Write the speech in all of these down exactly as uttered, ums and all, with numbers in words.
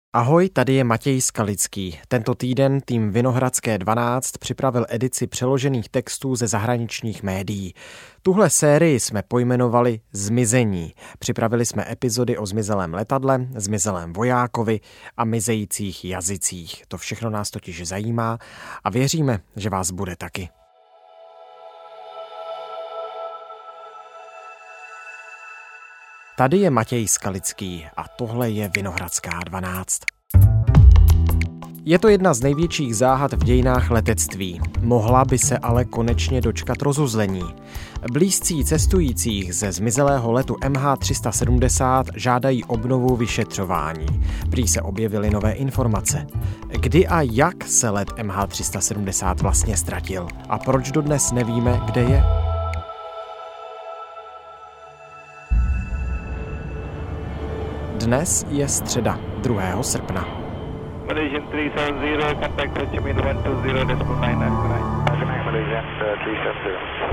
Ahoj, tady je Matěj Skalický. Tento týden tým Vinohradské dvanáct připravil edici přeložených textů ze zahraničních médií. Tuhle sérii jsme pojmenovali Zmizení. Připravili jsme epizody o zmizelém letadle, zmizelém vojákovi a mizejících jazycích. To všechno nás totiž zajímá a věříme, že vás bude taky. Tady je Matěj Skalický a tohle je Vinohradská dvanáct. Je to jedna z největších záhad v dějinách letectví. Mohla by se ale konečně dočkat rozuzlení. Blízcí cestujících ze zmizelého letu M H tři sta sedmdesát žádají obnovu vyšetřování. Prý se objevily nové informace. Kdy a jak se let M H tři sta sedmdesát vlastně ztratil? A proč dodnes nevíme, kde je? Dnes je středa, druhého srpna. Malaysian tři sedm nula, contact Ho Chi Minh one two zero decimal nine nine nine. Malaysian tři sedm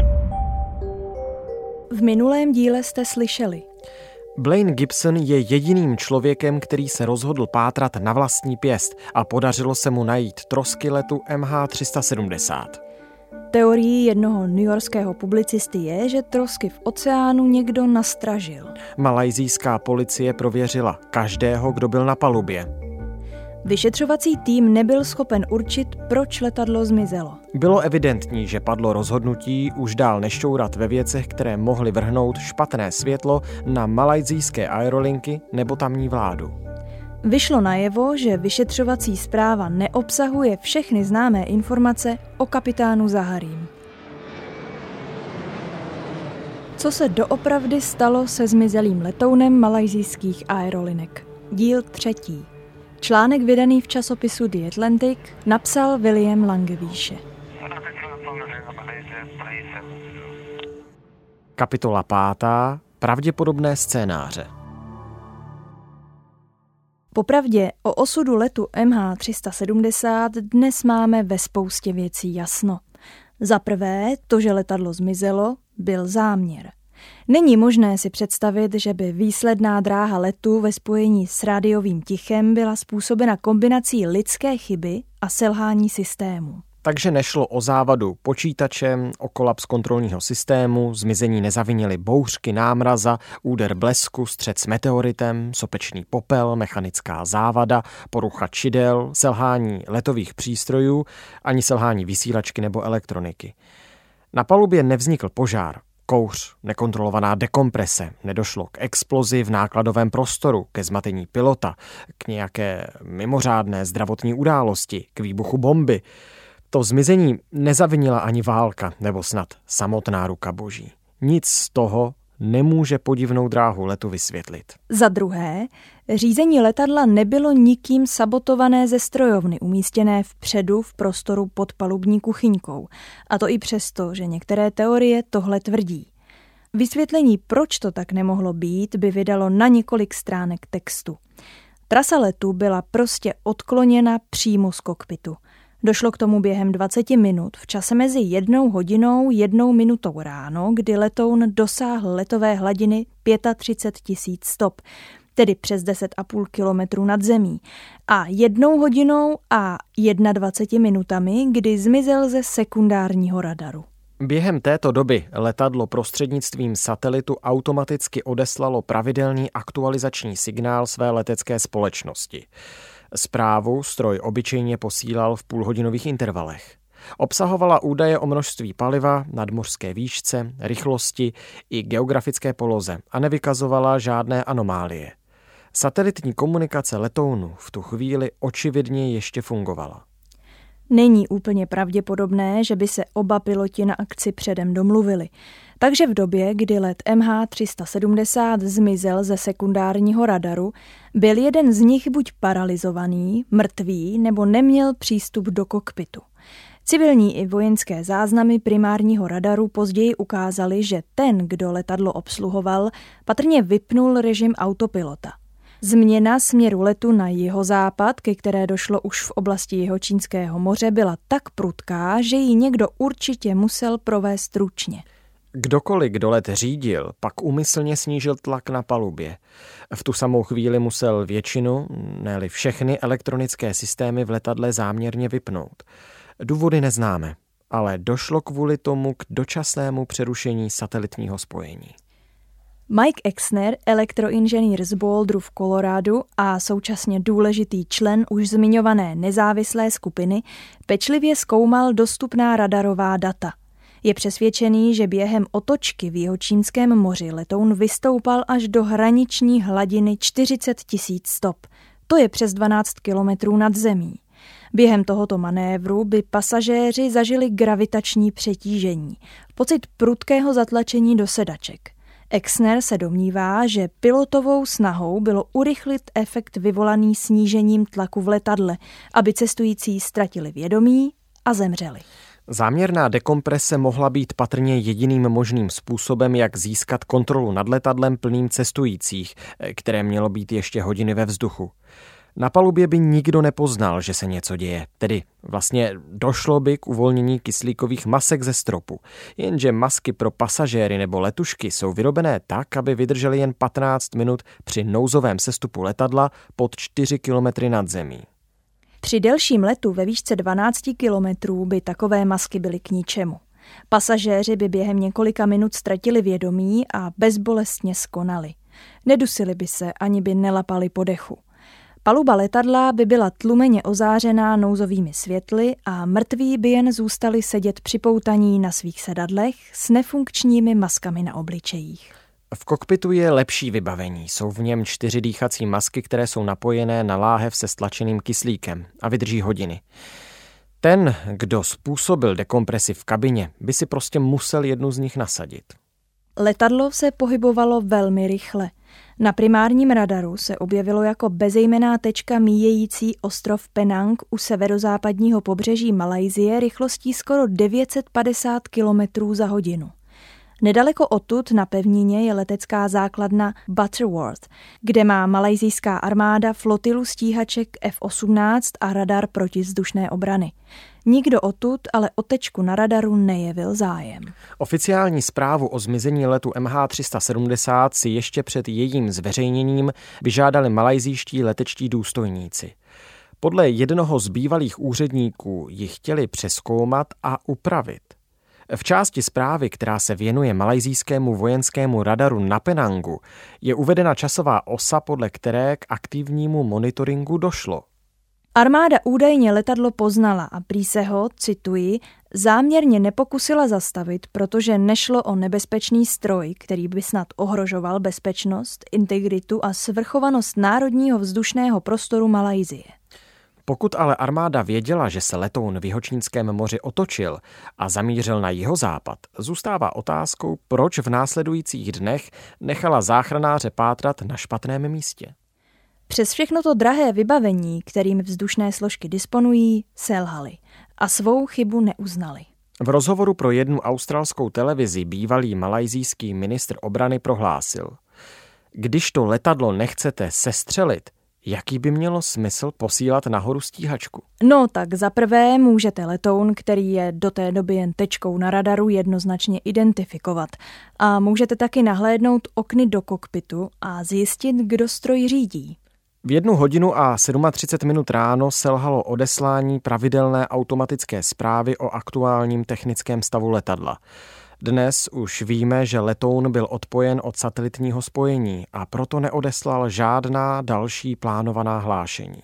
nula. V minulém díle jste slyšeli. Blaine Gibson je jediným člověkem, který se rozhodl pátrat na vlastní pěst a podařilo se mu najít trosky letu M H tři sta sedmdesát. Teorií jednoho newyorského publicisty je, že trosky v oceánu někdo nastražil. Malajsijská policie prověřila každého, kdo byl na palubě. Vyšetřovací tým nebyl schopen určit, proč letadlo zmizelo. Bylo evidentní, že padlo rozhodnutí už dál nešťourat ve věcech, které mohly vrhnout špatné světlo na malajsijské aerolinky nebo tamní vládu. Vyšlo najevo, že vyšetřovací zpráva neobsahuje všechny známé informace o kapitánu Zaharím. Co se doopravdy stalo se zmizelým letounem malajsijských aerolinek? Díl třetí. Článek vydaný v časopisu The Atlantic napsal William Langewiesche. Kapitola pátá. Pravděpodobné scénáře. Popravdě o osudu letu M H tři sta sedmdesát dnes máme ve spoustě věcí jasno. Za prvé, to, že letadlo zmizelo, byl záměr. Není možné si představit, že by výsledná dráha letu ve spojení s rádiovým tichem byla způsobena kombinací lidské chyby a selhání systému. Takže nešlo o závadu počítačem, o kolaps kontrolního systému, zmizení nezavinily bouřky námraza, úder blesku, střet s meteoritem, sopečný popel, mechanická závada, porucha čidel, selhání letových přístrojů, ani selhání vysílačky nebo elektroniky. Na palubě nevznikl požár, kouř, nekontrolovaná dekomprese, nedošlo k explozi v nákladovém prostoru, ke zmatení pilota, k nějaké mimořádné zdravotní události, k výbuchu bomby. To zmizení nezavinila ani válka nebo snad samotná ruka boží. Nic z toho nemůže podivnou dráhu letu vysvětlit. Za druhé, řízení letadla nebylo nikým sabotované ze strojovny umístěné vpředu v prostoru pod palubní kuchyňkou. A to i přesto, že některé teorie tohle tvrdí. Vysvětlení, proč to tak nemohlo být, by vydalo na několik stránek textu. Trasa letu byla prostě odkloněna přímo z kokpitu. Došlo k tomu během dvacet minut v čase mezi jednou hodinou jednou minutou ráno, kdy letoun dosáhl letové hladiny třicet pět tisíc stop, tedy přes deset a půl kilometru nad zemí, a jednou hodinou a dvaceti jedna minutami, kdy zmizel ze sekundárního radaru. Během této doby letadlo prostřednictvím satelitu automaticky odeslalo pravidelný aktualizační signál své letecké společnosti. Zprávu stroj obyčejně posílal v půlhodinových intervalech. Obsahovala údaje o množství paliva, nadmořské výšce, rychlosti i geografické poloze a nevykazovala žádné anomálie. Satelitní komunikace letounu v tu chvíli očividně ještě fungovala. Není úplně pravděpodobné, že by se oba piloti na akci předem domluvili. Takže v době, kdy let M H tři sta sedmdesát zmizel ze sekundárního radaru, byl jeden z nich buď paralyzovaný, mrtvý nebo neměl přístup do kokpitu. Civilní i vojenské záznamy primárního radaru později ukázaly, že ten, kdo letadlo obsluhoval, patrně vypnul režim autopilota. Změna směru letu na jihozápad, ke které došlo už v oblasti Jihočínského moře, byla tak prudká, že ji někdo určitě musel provést ručně. Kdokoliv, kdo let řídil, pak úmyslně snížil tlak na palubě. V tu samou chvíli musel většinu, ne-li všechny elektronické systémy v letadle záměrně vypnout. Důvody neznáme, ale došlo kvůli tomu k dočasnému přerušení satelitního spojení. Mike Exner, elektroinženýr z Boulderu v Kolorádu a současně důležitý člen už zmiňované nezávislé skupiny, pečlivě zkoumal dostupná radarová data. Je přesvědčený, že během otočky v Jihočínském moři letoun vystoupal až do hraniční hladiny čtyřicet tisíc stop. To je přes dvanáct kilometrů nad zemí. Během tohoto manévru by pasažéři zažili gravitační přetížení, pocit prudkého zatlačení do sedaček. Exner se domnívá, že pilotovou snahou bylo urychlit efekt vyvolaný snížením tlaku v letadle, aby cestující ztratili vědomí a zemřeli. Záměrná dekomprese mohla být patrně jediným možným způsobem, jak získat kontrolu nad letadlem plným cestujících, které mělo být ještě hodiny ve vzduchu. Na palubě by nikdo nepoznal, že se něco děje, tedy vlastně došlo by k uvolnění kyslíkových masek ze stropu, jenže masky pro pasažéry nebo letušky jsou vyrobené tak, aby vydržely jen patnáct minut při nouzovém sestupu letadla pod čtyři kilometry nad zemí. Při delším letu ve výšce dvanáct kilometrů by takové masky byly k ničemu. Pasažéři by během několika minut ztratili vědomí a bezbolestně skonali. Nedusili by se, ani by nelapali po dechu. Paluba letadla by byla tlumeně ozářená nouzovými světly a mrtví by jen zůstali sedět připoutaní na svých sedadlech s nefunkčními maskami na obličejích. V kokpitu je lepší vybavení. Jsou v něm čtyři dýchací masky, které jsou napojené na láhev se stlačeným kyslíkem a vydrží hodiny. Ten, kdo způsobil dekompresi v kabině, by si prostě musel jednu z nich nasadit. Letadlo se pohybovalo velmi rychle. Na primárním radaru se objevilo jako bezejmenná tečka míjející ostrov Penang u severozápadního pobřeží Malajsie rychlostí skoro devět set padesát kilometrů za hodinu. Nedaleko odtud na pevnině je letecká základna Butterworth, kde má malajsijská armáda flotilu stíhaček F osmnáct a radar protivzdušné obrany. Nikdo odtud ale o tečku na radaru nejevil zájem. Oficiální zprávu o zmizení letu M H tři sta sedmdesát si ještě před jejím zveřejněním vyžádali malajsijští letečtí důstojníci. Podle jednoho z bývalých úředníků ji chtěli přezkoumat a upravit. V části zprávy, která se věnuje malajsijskému vojenskému radaru na Penangu, je uvedena časová osa, podle které k aktivnímu monitoringu došlo. Armáda údajně letadlo poznala a prý se ho, cituji, záměrně nepokusila zastavit, protože nešlo o nebezpečný stroj, který by snad ohrožoval bezpečnost, integritu a svrchovanost národního vzdušného prostoru Malajsie. Pokud ale armáda věděla, že se letoun v Jihočínském moři otočil a zamířil na jihozápad, zůstává otázkou, proč v následujících dnech nechala záchranáře pátrat na špatném místě. Přes všechno to drahé vybavení, kterým vzdušné složky disponují, selhali a svou chybu neuznali. V rozhovoru pro jednu australskou televizi bývalý malajsijský ministr obrany prohlásil: když to letadlo nechcete sestřelit, jaký by mělo smysl posílat nahoru stíhačku? No tak za prvé můžete letoun, který je do té doby jen tečkou na radaru, jednoznačně identifikovat. A můžete taky nahlédnout okny do kokpitu a zjistit, kdo stroj řídí. V jednu hodinu a třicet sedm minut ráno selhalo odeslání pravidelné automatické zprávy o aktuálním technickém stavu letadla. Dnes už víme, že letoun byl odpojen od satelitního spojení a proto neodeslal žádná další plánovaná hlášení.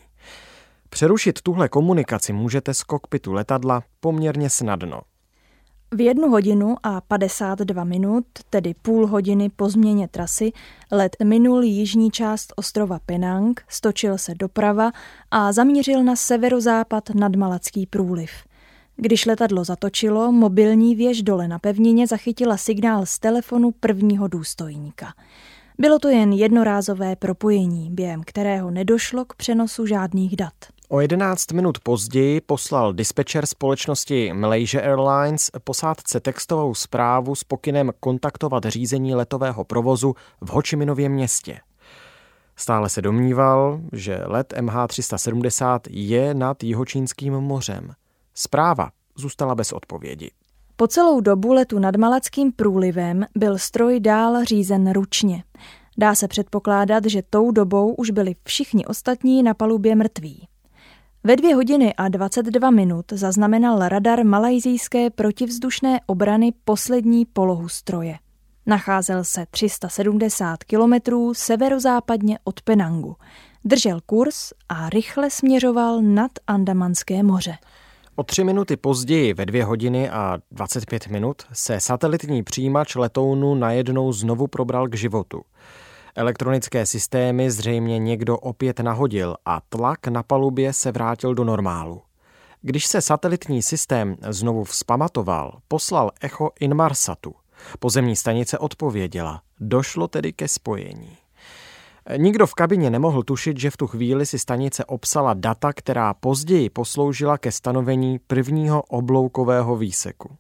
Přerušit tuhle komunikaci můžete z kokpitu letadla poměrně snadno. V jednu hodinu a padesát dva minut, tedy půl hodiny po změně trasy, let minul jižní část ostrova Penang, stočil se doprava a zamířil na severozápad nad Malacký průliv. Když letadlo zatočilo, mobilní věž dole na pevnině zachytila signál z telefonu prvního důstojníka. Bylo to jen jednorázové propojení, během kterého nedošlo k přenosu žádných dat. O jedenáct minut později poslal dispečer společnosti Malaysia Airlines posádce textovou zprávu s pokynem kontaktovat řízení letového provozu v Ho Chi Minově městě. Stále se domníval, že let M H tři sta sedmdesát je nad Jihočínským mořem. Zpráva zůstala bez odpovědi. Po celou dobu letu nad Malackým průlivem byl stroj dál řízen ručně. Dá se předpokládat, že tou dobou už byli všichni ostatní na palubě mrtví. Ve dvě hodiny a dvacet dva minut zaznamenal radar malajsijské protivzdušné obrany poslední polohu stroje. Nacházel se tři sta sedmdesát kilometrů severozápadně od Penangu. Držel kurz a rychle směřoval nad Andamanské moře. O tři minuty později ve dvě hodiny a dvacet pět minut se satelitní přijímač letounu najednou znovu probral k životu. Elektronické systémy zřejmě někdo opět nahodil a tlak na palubě se vrátil do normálu. Když se satelitní systém znovu vzpamatoval, poslal echo Inmarsatu. Pozemní stanice odpověděla. Došlo tedy ke spojení. Nikdo v kabině nemohl tušit, že v tu chvíli si stanice obsala data, která později posloužila ke stanovení prvního obloukového výseku.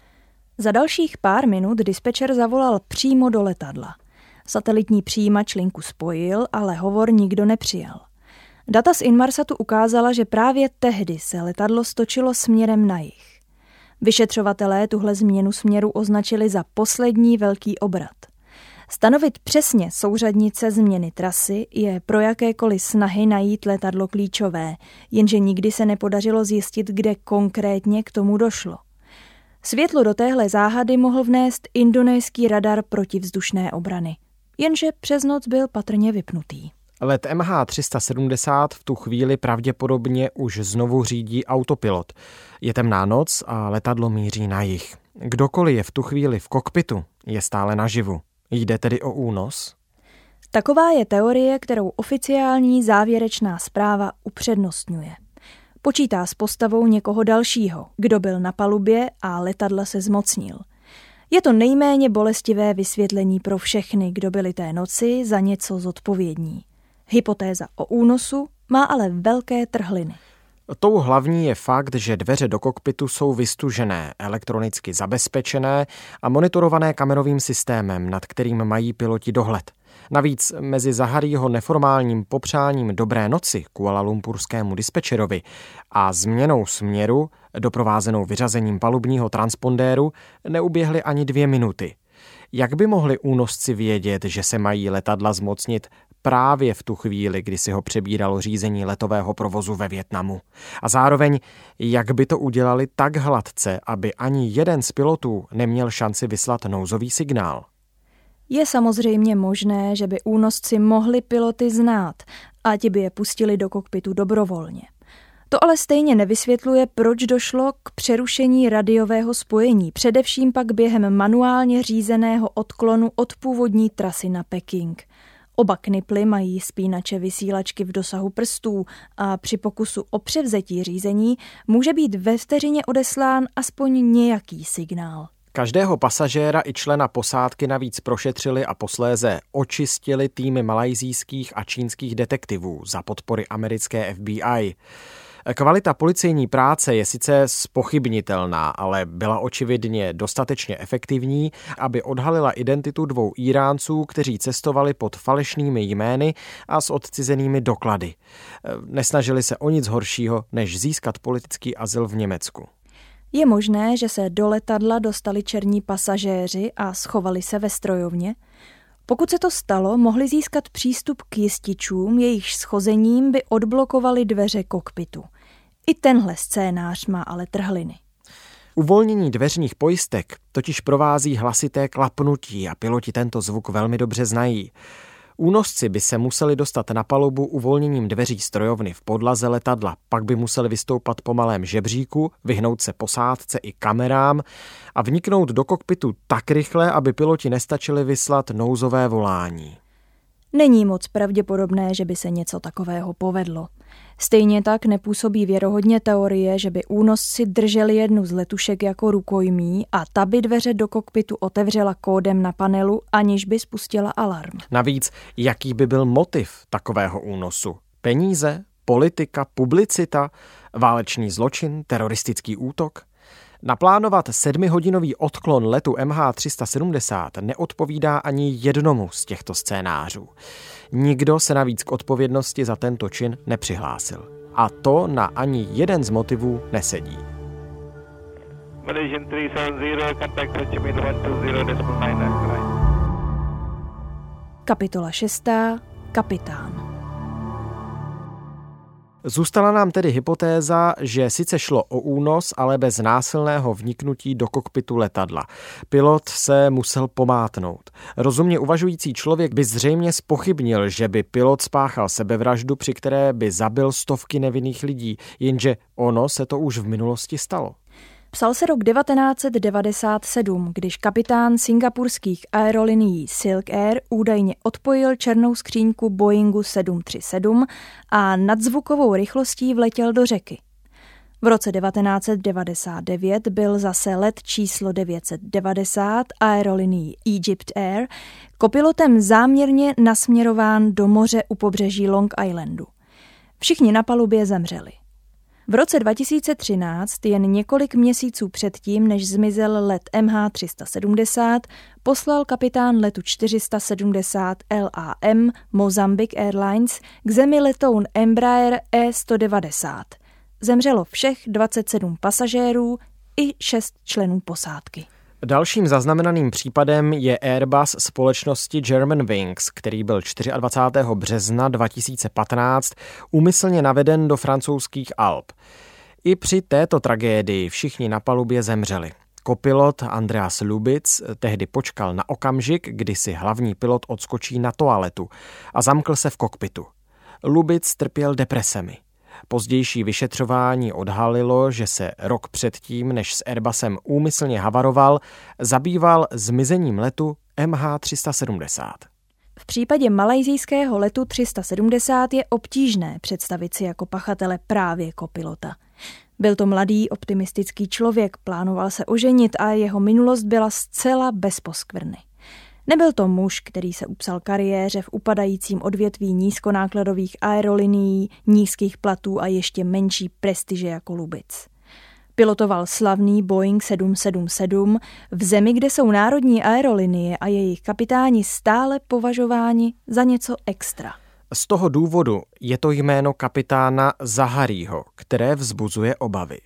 Za dalších pár minut dispečer zavolal přímo do letadla. Satelitní přijímač linku spojil, ale hovor nikdo nepřijal. Data z Inmarsatu ukázala, že právě tehdy se letadlo stočilo směrem na jih. Vyšetřovatelé tuhle změnu směru označili za poslední velký obrat. Stanovit přesně souřadnice změny trasy je pro jakékoliv snahy najít letadlo klíčové, jenže nikdy se nepodařilo zjistit, kde konkrétně k tomu došlo. Světlo do téhle záhady mohl vnést indonéský radar protivzdušné obrany, jenže přes noc byl patrně vypnutý. Let M H tři sta sedmdesát v tu chvíli pravděpodobně už znovu řídí autopilot. Je temná noc a letadlo míří na jih. Kdokoliv je v tu chvíli v kokpitu, je stále naživu. Jde tedy o únos? Taková je teorie, kterou oficiální závěrečná zpráva upřednostňuje. Počítá s postavou někoho dalšího, kdo byl na palubě a letadla se zmocnil. Je to nejméně bolestivé vysvětlení pro všechny, kdo byli té noci za něco zodpovědní. Hypotéza o únosu má ale velké trhliny. Tou hlavní je fakt, že dveře do kokpitu jsou vystužené, elektronicky zabezpečené a monitorované kamerovým systémem, nad kterým mají piloti dohled. Navíc mezi Zaharího neformálním popřáním dobré noci Kuala Lumpurskému dispečerovi a změnou směru, doprovázenou vyřazením palubního transpondéru, neuběhly ani dvě minuty. Jak by mohli únosci vědět, že se mají letadla zmocnit právě v tu chvíli, kdy si ho přebíralo řízení letového provozu ve Vietnamu? A zároveň, jak by to udělali tak hladce, aby ani jeden z pilotů neměl šanci vyslat nouzový signál? Je samozřejmě možné, že by únosci mohli piloty znát a ti by je pustili do kokpitu dobrovolně. To ale stejně nevysvětluje, proč došlo k přerušení radiového spojení, především pak během manuálně řízeného odklonu od původní trasy na Peking. Oba kniply mají spínače vysílačky v dosahu prstů a při pokusu o převzetí řízení může být ve vteřině odeslán aspoň nějaký signál. Každého pasažéra i člena posádky navíc prošetřili a posléze očistili týmy malajsijských a čínských detektivů za podpory americké F B I. Kvalita policejní práce je sice zpochybnitelná, ale byla očividně dostatečně efektivní, aby odhalila identitu dvou Íránců, kteří cestovali pod falešnými jmény a s odcizenými doklady. Nesnažili se o nic horšího, než získat politický azyl v Německu. Je možné, že se do letadla dostali černí pasažéři a schovali se ve strojovně? Pokud se to stalo, mohli získat přístup k jističům, jejichž schozením by odblokovali dveře kokpitu. I tenhle scénář má ale trhliny. Uvolnění dveřních pojistek totiž provází hlasité klapnutí a piloti tento zvuk velmi dobře znají. Únosci by se museli dostat na palubu uvolněním dveří strojovny v podlaze letadla, pak by museli vystoupat po malém žebříku, vyhnout se posádce i kamerám a vniknout do kokpitu tak rychle, aby piloti nestačili vyslat nouzové volání. Není moc pravděpodobné, že by se něco takového povedlo. Stejně tak nepůsobí věrohodně teorie, že by únosci drželi jednu z letušek jako rukojmí a ta by dveře do kokpitu otevřela kódem na panelu, aniž by spustila alarm. Navíc, jaký by byl motiv takového únosu? Peníze, politika, publicita, válečný zločin, teroristický útok? Naplánovat sedmihodinový odklon letu M H tři sta sedmdesát neodpovídá ani jednomu z těchto scénářů. Nikdo se navíc k odpovědnosti za tento čin nepřihlásil. A to na ani jeden z motivů nesedí. Malaysian tři sedm nula, contact Ho Chi Minh one two zero decimal nine nine. Kapitola šestá. Kapitán. Zůstala nám tedy hypotéza, že sice šlo o únos, ale bez násilného vniknutí do kokpitu letadla. Pilot se musel pomátnout. Rozumně uvažující člověk by zřejmě zpochybnil, že by pilot spáchal sebevraždu, při které by zabil stovky nevinných lidí, jenže ono se to už v minulosti stalo. Psal se rok devatenáct set devadesát sedm, když kapitán singapurských aerolinií Silk Air údajně odpojil černou skříňku Boeingu sedm tři sedm a nadzvukovou rychlostí vletěl do řeky. V roce devatenáct set devadesát devět byl zase let číslo devět set devadesát aerolinií Egypt Air kopilotem záměrně nasměrován do moře u pobřeží Long Islandu. Všichni na palubě zemřeli. V roce dva tisíce třináct, jen několik měsíců předtím, než zmizel let M H tři sta sedmdesát, poslal kapitán letu čtyři sta sedmdesát L A M Mozambique Airlines k zemi letoun Embraer E sto devadesát. Zemřelo všech dvacet sedm pasažérů i šest členů posádky. Dalším zaznamenaným případem je Airbus společnosti Germanwings, který byl dvacátého čtvrtého března dva tisíce patnáct úmyslně naveden do francouzských Alp. I při této tragédii všichni na palubě zemřeli. Kopilot Andreas Lubitz tehdy počkal na okamžik, kdy si hlavní pilot odskočí na toaletu a zamkl se v kokpitu. Lubitz trpěl depresemi. Pozdější vyšetřování odhalilo, že se rok předtím, než s Airbusem úmyslně havaroval, zabýval zmizením letu M H tři sta sedmdesát. V případě malajzijského letu tři sta sedmdesát je obtížné představit si jako pachatele právě kopilota. Byl to mladý, optimistický člověk, plánoval se oženit a jeho minulost byla zcela bez poskvrny. Nebyl to muž, který se upsal kariéře v upadajícím odvětví nízkonákladových aerolinií, nízkých platů a ještě menší prestiže jako Lubitz. Pilotoval slavný Boeing sedm sedm sedm v zemi, kde jsou národní aerolinie a jejich kapitáni stále považováni za něco extra. Z toho důvodu je to jméno kapitána Zaharího, které vzbuzuje obavy.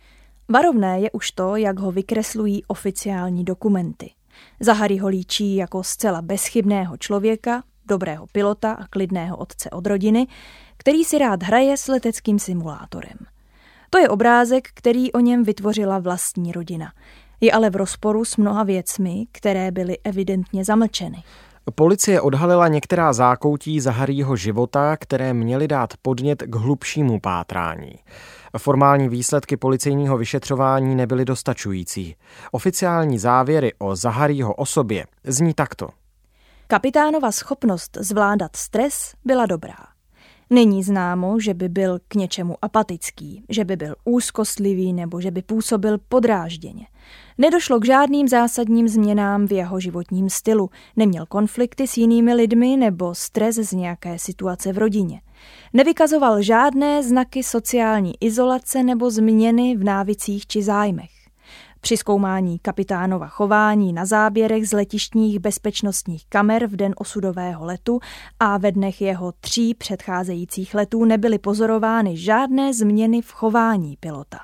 Varovné je už to, jak ho vykreslují oficiální dokumenty. Zaharí ho líčí jako zcela bezchybného člověka, dobrého pilota a klidného otce od rodiny, který si rád hraje s leteckým simulátorem. To je obrázek, který o něm vytvořila vlastní rodina. Je ale v rozporu s mnoha věcmi, které byly evidentně zamlčeny. Policie odhalila některá zákoutí Zaharího života, které měly dát podnět k hlubšímu pátrání. Formální výsledky policejního vyšetřování nebyly dostačující. Oficiální závěry o Zaharího osobě zní takto. Kapitánova schopnost zvládat stres byla dobrá. Není známo, že by byl k něčemu apatický, že by byl úzkostlivý nebo že by působil podrážděně. Nedošlo k žádným zásadním změnám v jeho životním stylu, neměl konflikty s jinými lidmi nebo stres z nějaké situace v rodině. Nevykazoval žádné znaky sociální izolace nebo změny v návicích či zájmech. Při zkoumání kapitánova chování na záběrech z letištních bezpečnostních kamer v den osudového letu a ve dnech jeho tří předcházejících letů nebyly pozorovány žádné změny v chování pilota.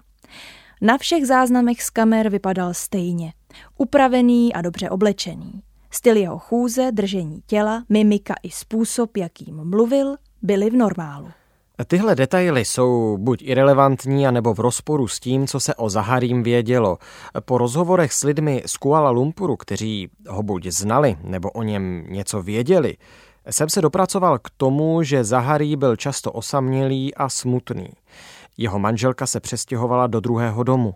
Na všech záznamech z kamer vypadal stejně, upravený a dobře oblečený. Styl jeho chůze, držení těla, mimika i způsob, jakým mluvil, byly v normálu. Tyhle detaily jsou buď irelevantní, anebo v rozporu s tím, co se o Zaharím vědělo. Po rozhovorech s lidmi z Kuala Lumpuru, kteří ho buď znali, nebo o něm něco věděli, jsem se dopracoval k tomu, že Zaharí byl často osamělý a smutný. Jeho manželka se přestěhovala do druhého domu.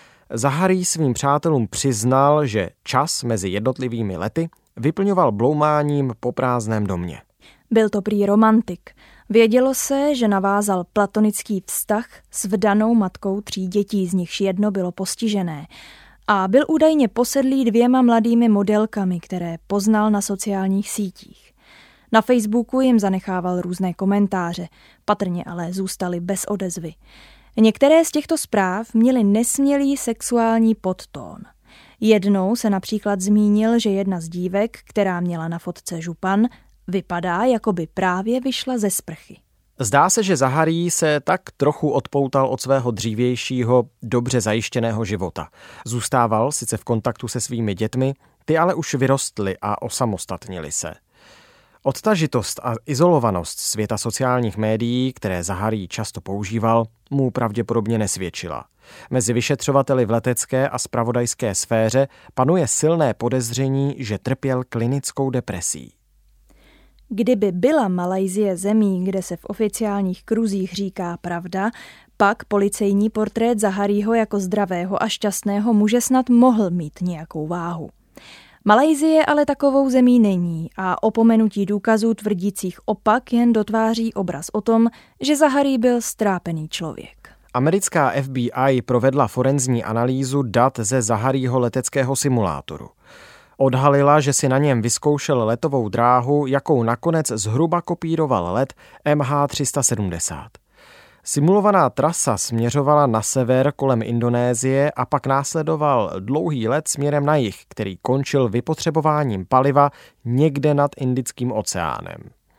Zaharí svým přátelům přiznal, že čas mezi jednotlivými lety vyplňoval bloumáním po prázdném domě. Byl to prý romantik. Vědělo se, že navázal platonický vztah s vdanou matkou tří dětí, z nichž jedno bylo postižené. A byl údajně posedlý dvěma mladými modelkami, které poznal na sociálních sítích. Na Facebooku jim zanechával různé komentáře, patrně ale zůstaly bez odezvy. Některé z těchto zpráv měly nesmělý sexuální podtón. Jednou se například zmínil, že jedna z dívek, která měla na fotce župan, vypadá, jako by právě vyšla ze sprchy. Zdá se, že Zaharí se tak trochu odpoutal od svého dřívějšího, dobře zajištěného života. Zůstával sice v kontaktu se svými dětmi, ty ale už vyrostly a osamostatnili se. Odtažitost a izolovanost světa sociálních médií, které Zaharí často používal, mu pravděpodobně nesvědčila. Mezi vyšetřovateli v letecké a zpravodajské sféře panuje silné podezření, že trpěl klinickou depresí. Kdyby byla Malajsie zemí, kde se v oficiálních kruzích říká pravda, pak policejní portrét Zaharího jako zdravého a šťastného muže snad mohl mít nějakou váhu. Malajsie ale takovou zemí není a opomenutí důkazů tvrdících opak jen dotváří obraz o tom, že Zaharí byl strápený člověk. Americká F B I provedla forenzní analýzu dat ze Zaharího leteckého simulátoru. Odhalila, že si na něm vyzkoušel letovou dráhu, jakou nakonec zhruba kopíroval let M H tři sta sedmdesát. Simulovaná trasa směřovala na sever kolem Indonésie a pak následoval dlouhý let směrem na jih, který končil vypotřebováním paliva někde nad Indickým oceánem.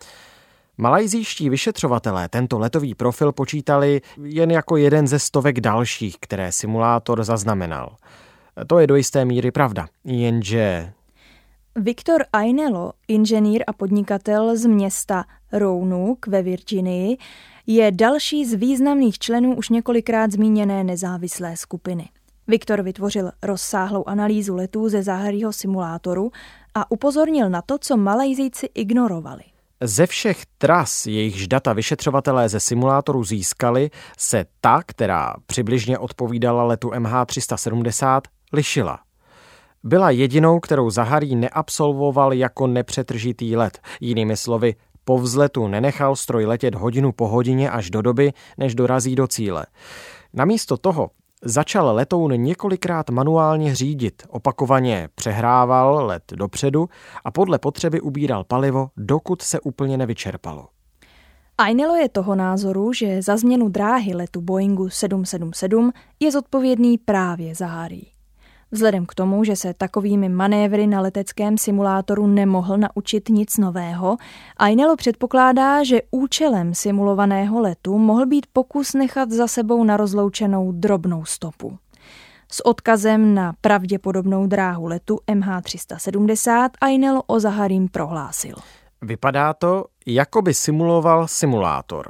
Malajzijští vyšetřovatelé tento letový profil počítali jen jako jeden ze stovek dalších, které simulátor zaznamenal. To je do jisté míry pravda, jenže... Victor Ainello, inženýr a podnikatel z města Roanoke ve Virginii, je další z významných členů už několikrát zmíněné nezávislé skupiny. Viktor vytvořil rozsáhlou analýzu letů ze Zaharího simulátoru a upozornil na to, co Malajzijci ignorovali. Ze všech tras, jejichž data vyšetřovatelé ze simulátoru získali, se ta, která přibližně odpovídala letu M H tři sta sedmdesát, lišila. Byla jedinou, kterou Zaharí neabsolvoval jako nepřetržitý let. Jinými slovy, po vzletu nenechal stroj letět hodinu po hodině až do doby, než dorazí do cíle. Namísto toho začal letoun několikrát manuálně řídit, opakovaně přehrával let dopředu a podle potřeby ubíral palivo, dokud se úplně nevyčerpalo. Ainello je toho názoru, že za změnu dráhy letu Boeingu sedm sedm sedm je zodpovědný právě Zaharí. Vzhledem k tomu, že se takovými manévry na leteckém simulátoru nemohl naučit nic nového, Ainello předpokládá, že účelem simulovaného letu mohl být pokus nechat za sebou na rozloučenou drobnou stopu. S odkazem na pravděpodobnou dráhu letu M H tři sta sedmdesát Ainello o Zaharím prohlásil. Vypadá to, jako by simuloval simulátor.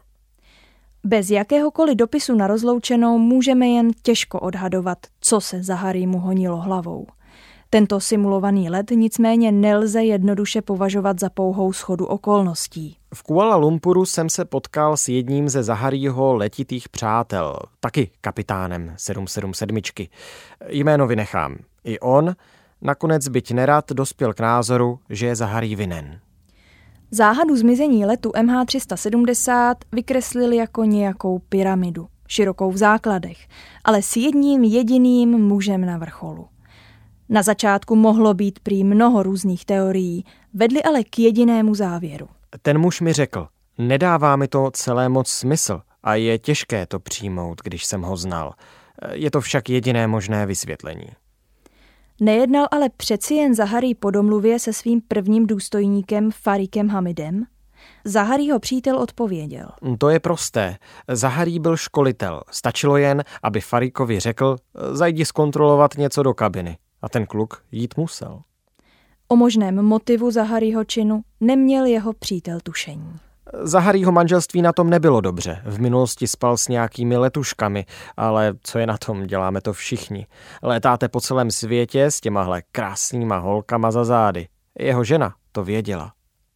Bez jakéhokoliv dopisu na rozloučenou můžeme jen těžko odhadovat, co se Zaharímu honilo hlavou. Tento simulovaný let nicméně nelze jednoduše považovat za pouhou shodu okolností. V Kuala Lumpuru jsem se potkal s jedním ze Zaharího letitých přátel, taky kapitánem sedm sedm sedm. Jméno vynechám. I on, nakonec byť nerad, dospěl k názoru, že je Zaharí vinen. Záhadu zmizení letu M H tři sta sedmdesát vykreslili jako nějakou pyramidu, širokou v základech, ale s jedním jediným mužem na vrcholu. Na začátku mohlo být prý mnoho různých teorií, vedly ale k jedinému závěru. Ten muž mi řekl, nedává mi to celé moc smysl a je těžké to přijmout, když jsem ho znal. Je to však jediné možné vysvětlení. Nejednal ale přeci jen Zaharí po domluvě se svým prvním důstojníkem Farikem Hamidem? Zaharího přítel odpověděl. To je prosté. Zaharí byl školitel. Stačilo jen, aby Farikovi řekl, zajdi zkontrolovat něco do kabiny. A ten kluk jít musel. O možném motivu Zaharího činu neměl jeho přítel tušení. Zaharího manželství na tom nebylo dobře. V minulosti spal s nějakými letuškami, ale co je na tom, děláme to všichni. Létáte po celém světě s těmahle krásnýma holkama za zády. Jeho žena to věděla.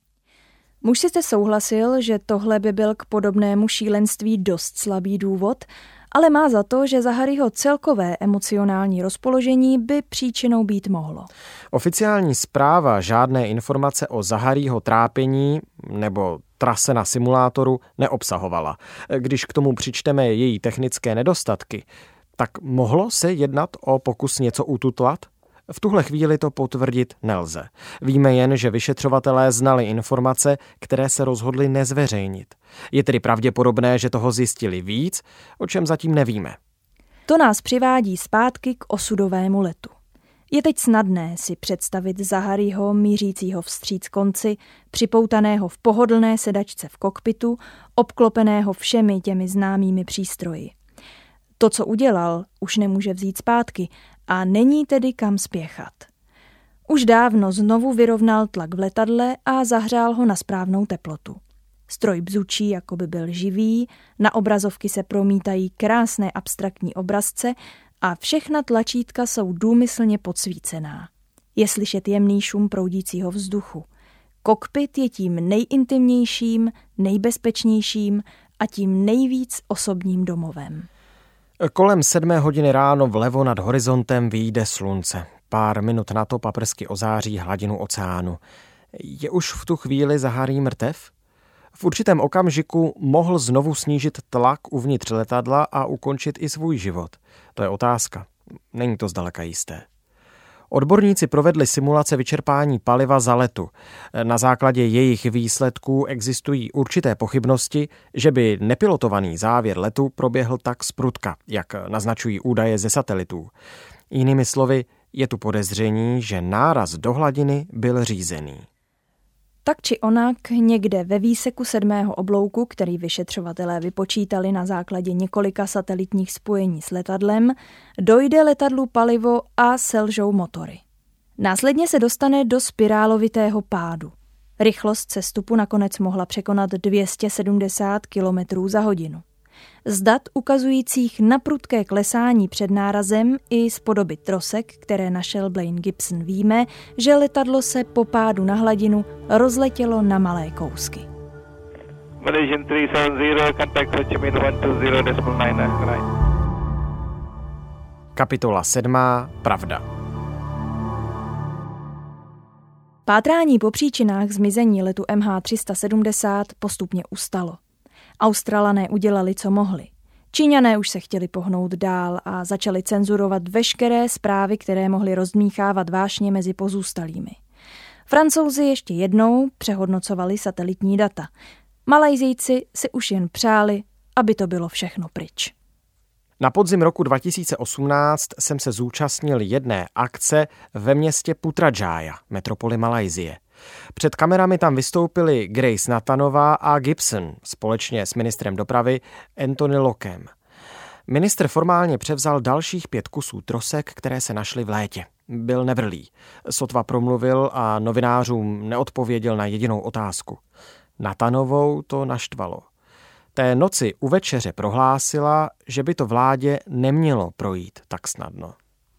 Muž sice souhlasil, že tohle by byl k podobnému šílenství dost slabý důvod, ale má za to, že Zaharího celkové emocionální rozpoložení by příčinou být mohlo. Oficiální zpráva žádné informace o Zaharího trápení nebo trase na simulátoru neobsahovala. Když k tomu přičteme její technické nedostatky, tak mohlo se jednat o pokus něco ututlat? V tuhle chvíli to potvrdit nelze. Víme jen, že vyšetřovatelé znali informace, které se rozhodli nezveřejnit. Je tedy pravděpodobné, že toho zjistili víc, o čem zatím nevíme. To nás přivádí zpátky k osudovému letu. Je teď snadné si představit Zaharího mířícího vstříc konci, připoutaného v pohodlné sedačce v kokpitu, obklopeného všemi těmi známými přístroji. To, co udělal, už nemůže vzít zpátky a není tedy kam spěchat. Už dávno znovu vyrovnal tlak v letadle a zahřál ho na správnou teplotu. Stroj bzučí, jako by byl živý, na obrazovky se promítají krásné abstraktní obrazce a všechna tlačítka jsou důmyslně podsvícená. Je slyšet jemný šum proudícího vzduchu. Kokpit je tím nejintimnějším, nejbezpečnějším a tím nejvíc osobním domovem. Kolem sedmé hodiny ráno vlevo nad horizontem vyjde slunce. Pár minut na to paprsky ozáří hladinu oceánu. Je už v tu chvíli Zaharí mrtev? V určitém okamžiku mohl znovu snížit tlak uvnitř letadla a ukončit i svůj život. To je otázka. Není to zdaleka jisté. Odborníci provedli simulace vyčerpání paliva za letu. Na základě jejich výsledků existují určité pochybnosti, že by nepilotovaný závěr letu proběhl tak zprutka, jak naznačují údaje ze satelitů. Jinými slovy, je tu podezření, že náraz do hladiny byl řízený. Tak či onak někde ve výseku sedmého oblouku, který vyšetřovatelé vypočítali na základě několika satelitních spojení s letadlem, dojde letadlu palivo a selžou motory. Následně se dostane do spirálovitého pádu. Rychlost sestupu nakonec mohla překonat dvě stě sedmdesát kilometrů za hodinu. Z dat ukazujících na prudké klesání před nárazem i z podoby trosek, které našel Blaine Gibson, víme, že letadlo se po pádu na hladinu rozletělo na malé kousky. Malaysian tři sedm nula, contact Ho Chi Minh one two zero decimal nine nine. Kapitola sedmá. Pravda. Pátrání po příčinách zmizení letu M H tři sta sedmdesát postupně ustalo. Australané udělali, co mohli. Číňané už se chtěli pohnout dál a začali cenzurovat veškeré zprávy, které mohly rozdmíchávat vášně mezi pozůstalými. Francouzi ještě jednou přehodnocovali satelitní data. Malajzijci si už jen přáli, aby to bylo všechno pryč. Na podzim roku dva tisíce osmnáct jsem se zúčastnil jedné akce ve městě Putrajaya, metropoli Malajsie. Před kamerami tam vystoupili Grace Nathanová a Gibson společně s ministrem dopravy Anthony Lockem. Ministr formálně převzal dalších pět kusů trosek, které se našly v létě. Byl nevrlý. Sotva promluvil a novinářům neodpověděl na jedinou otázku. Nathanovou to naštvalo. Té noci u večeře prohlásila, že by to vládě nemělo projít tak snadno.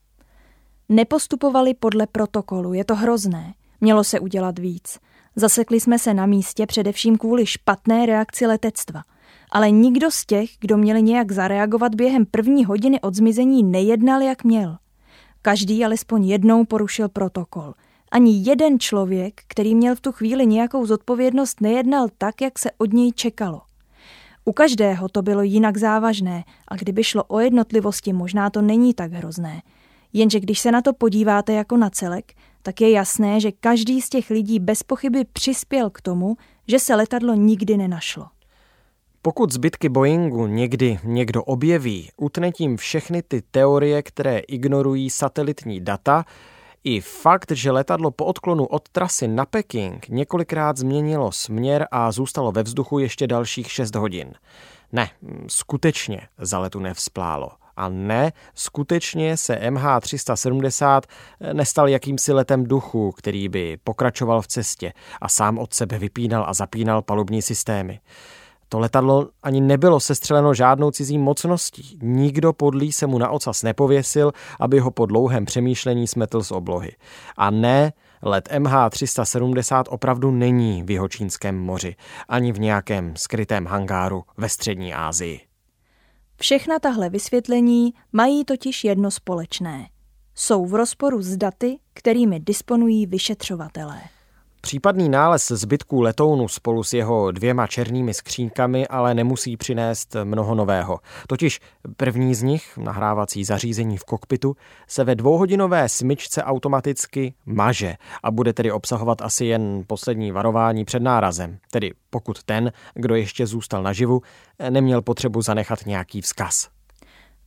Nepostupovali podle protokolu, je to hrozné. Mělo se udělat víc. Zasekli jsme se na místě především kvůli špatné reakci letectva. Ale nikdo z těch, kdo měli nějak zareagovat během první hodiny od zmizení, nejednal, jak měl. Každý alespoň jednou porušil protokol. Ani jeden člověk, který měl v tu chvíli nějakou zodpovědnost, nejednal tak, jak se od něj čekalo. U každého to bylo jinak závažné a kdyby šlo o jednotlivosti, možná to není tak hrozné. Jenže když se na to podíváte jako na celek, tak je jasné, že každý z těch lidí bez pochyby přispěl k tomu, že se letadlo nikdy nenašlo. Pokud zbytky Boeingu někdy někdo objeví, utne tím všechny ty teorie, které ignorují satelitní data, i fakt, že letadlo po odklonu od trasy na Peking několikrát změnilo směr a zůstalo ve vzduchu ještě dalších šest hodin. Ne, skutečně za letu nevzplálo. A ne, skutečně se M H tři sta sedmdesát nestal jakýmsi letem duchu, který by pokračoval v cestě a sám od sebe vypínal a zapínal palubní systémy. To letadlo ani nebylo sestřeleno žádnou cizí mocností. Nikdo podlý se mu na ocas nepověsil, aby ho po dlouhém přemýšlení smetl z oblohy. A ne, let M H tři sta sedmdesát opravdu není v Jihočínském moři, ani v nějakém skrytém hangáru ve střední Asii. Všechna tahle vysvětlení mají totiž jedno společné. Jsou v rozporu s daty, kterými disponují vyšetřovatelé. Případný nález zbytků letounu spolu s jeho dvěma černými skřínkami ale nemusí přinést mnoho nového. Totiž první z nich, nahrávací zařízení v kokpitu, se ve dvouhodinové smyčce automaticky maže a bude tedy obsahovat asi jen poslední varování před nárazem. Tedy pokud ten, kdo ještě zůstal naživu, neměl potřebu zanechat nějaký vzkaz.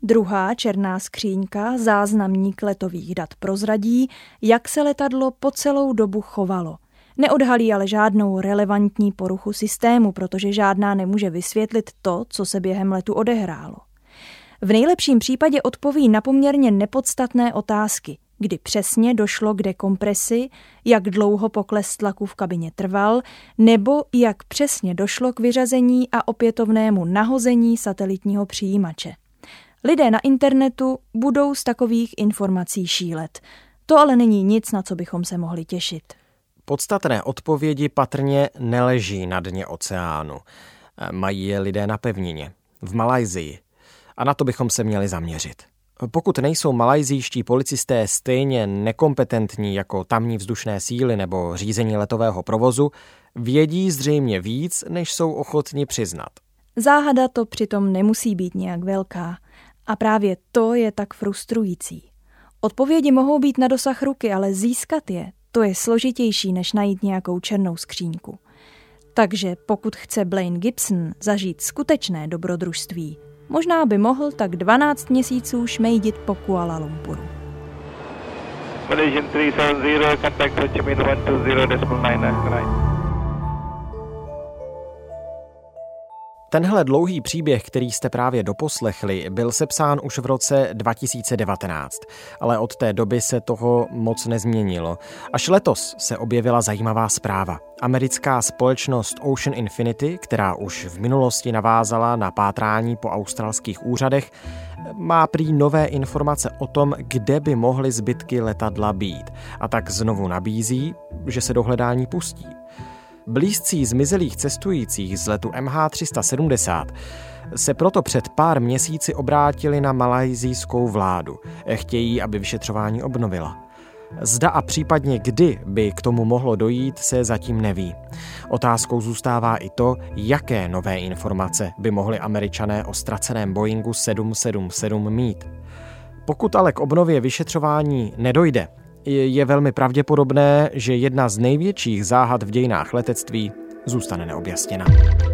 Druhá černá skříňka, záznamník letových dat, prozradí, jak se letadlo po celou dobu chovalo. Neodhalí ale žádnou relevantní poruchu systému, protože žádná nemůže vysvětlit to, co se během letu odehrálo. V nejlepším případě odpoví na poměrně nepodstatné otázky, kdy přesně došlo k dekompresi, jak dlouho pokles tlaku v kabině trval, nebo jak přesně došlo k vyřazení a opětovnému nahození satelitního přijímače. Lidé na internetu budou z takových informací šílet. To ale není nic, na co bychom se mohli těšit. Podstatné odpovědi patrně neleží na dně oceánu. Mají je lidé na pevnině, v Malajsii. A na to bychom se měli zaměřit. Pokud nejsou malajsijští policisté stejně nekompetentní jako tamní vzdušné síly nebo řízení letového provozu, vědí zřejmě víc, než jsou ochotni přiznat. Záhada to přitom nemusí být nějak velká. A právě to je tak frustrující. Odpovědi mohou být na dosah ruky, ale získat je, to je složitější, než najít nějakou černou skříňku. Takže pokud chce Blaine Gibson zažít skutečné dobrodružství, možná by mohl tak dvanáct měsíců šmejdit po Kuala Lumpuru. Malaysian tři sedm nula, contact Ho Chi Minh one two zero decimal nine, right. Tenhle dlouhý příběh, který jste právě doposlechli, byl sepsán už v roce dva tisíce devatenáct, ale od té doby se toho moc nezměnilo. Až letos se objevila zajímavá zpráva. Americká společnost Ocean Infinity, která už v minulosti navázala na pátrání po australských úřadech, má prý nové informace o tom, kde by mohly zbytky letadla být, a tak znovu nabízí, že se do hledání pustí. Blízcí zmizelých cestujících z letu M H tři sedmdesát se proto před pár měsíci obrátili na malajsijskou vládu. Chtějí, aby vyšetřování obnovila. Zda a případně kdy by k tomu mohlo dojít, se zatím neví. Otázkou zůstává i to, jaké nové informace by mohli Američané o ztraceném Boeingu sedm sedm sedm mít. Pokud ale k obnově vyšetřování nedojde, je velmi pravděpodobné, že jedna z největších záhad v dějinách letectví zůstane neobjasněna.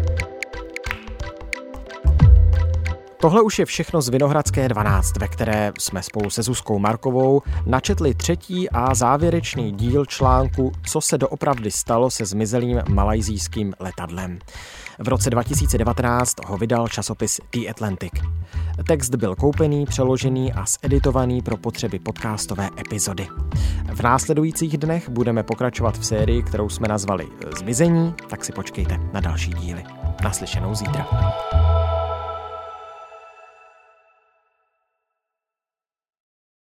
Tohle už je všechno z Vinohradské dvanáct, ve které jsme spolu se Zuzkou Markovou načetli třetí a závěrečný díl článku Co se doopravdy stalo se zmizelým malajsijským letadlem. V roce dva tisíce devatenáct ho vydal časopis The Atlantic. Text byl koupený, přeložený a zeditovaný pro potřeby podcastové epizody. V následujících dnech budeme pokračovat v sérii, kterou jsme nazvali Zmizení, tak si počkejte na další díly. Naslyšenou zítra.